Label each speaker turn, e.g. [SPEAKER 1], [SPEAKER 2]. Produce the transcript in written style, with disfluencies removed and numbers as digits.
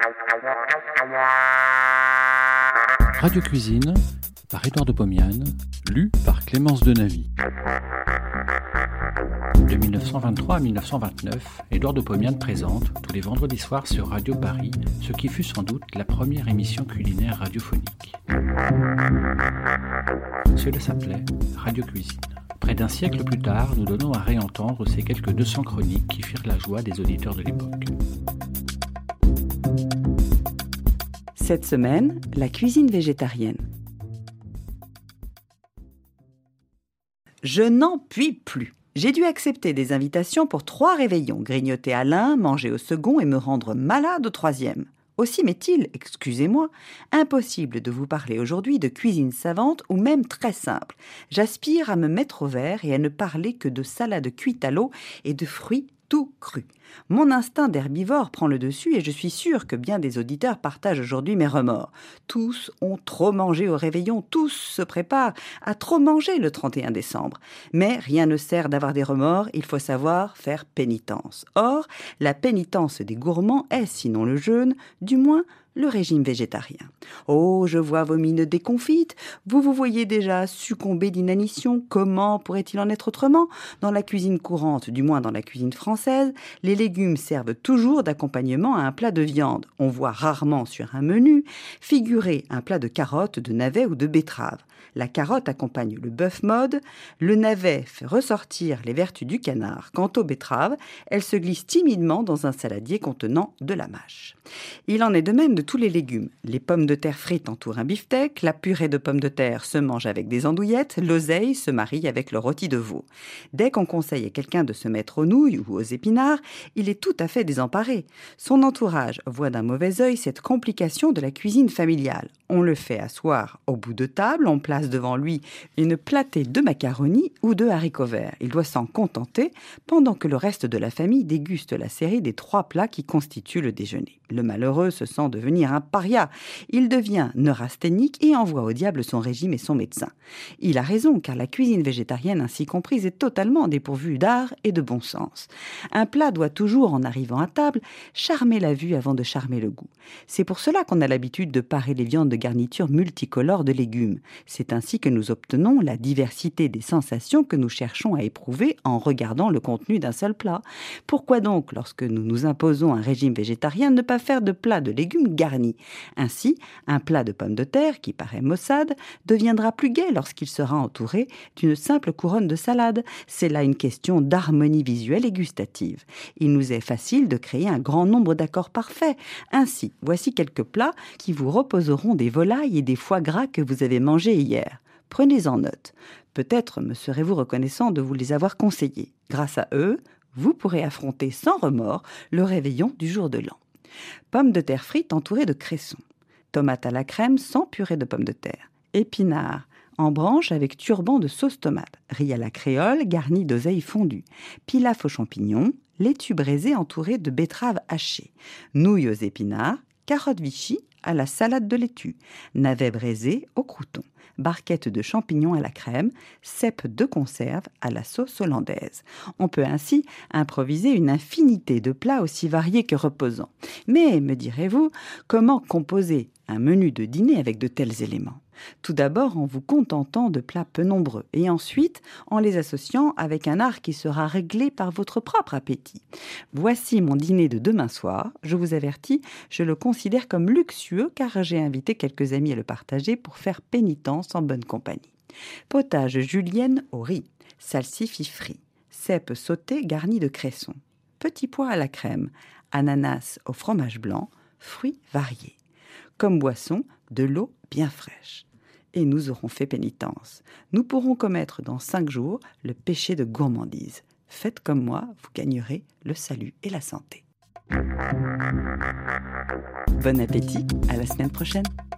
[SPEAKER 1] Radio Cuisine, par Édouard de Pomian, lu par Clémence Denavy. De 1923 à 1929, Édouard de Pomian présente, tous les vendredis soirs sur Radio Paris, ce qui fut sans doute la première émission culinaire radiophonique. Cela s'appelait Radio Cuisine. Près d'un siècle plus tard, nous donnons à réentendre ces quelques 200 chroniques qui firent la joie des auditeurs de l'époque.
[SPEAKER 2] Cette semaine, la cuisine végétarienne. Je n'en puis plus. J'ai dû accepter des invitations pour 3 réveillons, grignoter à l'un, manger au second et me rendre malade au 3e. Aussi m'est-il, excusez-moi, impossible de vous parler aujourd'hui de cuisine savante ou même très simple. J'aspire à me mettre au vert et à ne parler que de salade cuite à l'eau et de fruits tout crus. Mon instinct d'herbivore prend le dessus et je suis sûre que bien des auditeurs partagent aujourd'hui mes remords. Tous ont trop mangé au réveillon, tous se préparent à trop manger le 31 décembre. Mais rien ne sert d'avoir des remords, il faut savoir faire pénitence. Or, la pénitence des gourmands est, sinon le jeûne, du moins le régime végétarien. Oh, je vois vos mines déconfites, vous voyez déjà succomber d'inanition, comment pourrait-il en être autrement ? Dans la cuisine courante, du moins dans la cuisine française, les légumes servent toujours d'accompagnement à un plat de viande. On voit rarement sur un menu figurer un plat de carottes, de navets ou de betteraves. La carotte accompagne le bœuf mode, le navet fait ressortir les vertus du canard. Quant aux betteraves, elles se glissent timidement dans un saladier contenant de la mâche. Il en est de même de tous les légumes. Les pommes de terre frites entourent un beefsteak, la purée de pommes de terre se mange avec des andouillettes, l'oseille se marie avec le rôti de veau. Dès qu'on conseille à quelqu'un de se mettre aux nouilles ou aux épinards, il est tout à fait désemparé. Son entourage voit d'un mauvais œil cette complication de la cuisine familiale. On le fait asseoir au bout de table, on place devant lui une platée de macaroni ou de haricots verts. Il doit s'en contenter pendant que le reste de la famille déguste la série des 3 plats qui constituent le déjeuner. Le malheureux se sent devenir un paria. Il devient neurasthénique et envoie au diable son régime et son médecin. Il a raison, car la cuisine végétarienne ainsi comprise est totalement dépourvue d'art et de bon sens. Un plat doit toujours, en arrivant à table, charmer la vue avant de charmer le goût. C'est pour cela qu'on a l'habitude de parer les viandes de garniture multicolores de légumes. C'est ainsi que nous obtenons la diversité des sensations que nous cherchons à éprouver en regardant le contenu d'un seul plat. Pourquoi donc, lorsque nous nous imposons un régime végétarien, ne pas faire de plat de légumes garnis ? Ainsi, un plat de pommes de terre, qui paraît maussade, deviendra plus gai lorsqu'il sera entouré d'une simple couronne de salade. C'est là une question d'harmonie visuelle et gustative. Il nous est facile de créer un grand nombre d'accords parfaits. Ainsi, voici quelques plats qui vous reposeront des volailles et des foie gras que vous avez mangés hier. Prenez-en note. Peut-être me serez-vous reconnaissant de vous les avoir conseillés. Grâce à eux, vous pourrez affronter sans remords le réveillon du jour de l'an. Pommes de terre frites entourées de cressons. Tomates à la crème sans purée de pommes de terre. Épinards en branche avec turban de sauce tomate. Riz à la créole garni d'oseille fondue. Pilaf aux champignons. Laitue braisée entourée de betteraves hachées. Nouilles aux épinards. Carottes Vichy à la salade de laitue. Navets braisés au crouton. Barquettes de champignons à la crème, cèpes de conserve à la sauce hollandaise. On peut ainsi improviser une infinité de plats aussi variés que reposants. Mais, me direz-vous, comment composer un menu de dîner avec de tels éléments ? Tout d'abord en vous contentant de plats peu nombreux et ensuite en les associant avec un art qui sera réglé par votre propre appétit. Voici mon dîner de demain soir. Je vous avertis, je le considère comme luxueux car j'ai invité quelques amis à le partager pour faire pénitence en bonne compagnie. Potage julienne au riz, salsifis frit, cèpes sautées garnies de cressons, petits pois à la crème, ananas au fromage blanc, fruits variés. Comme boisson, de l'eau bien fraîche. Et nous aurons fait pénitence. Nous pourrons commettre dans 5 jours le péché de gourmandise. Faites comme moi, vous gagnerez le salut et la santé. Bon appétit, à la semaine prochaine.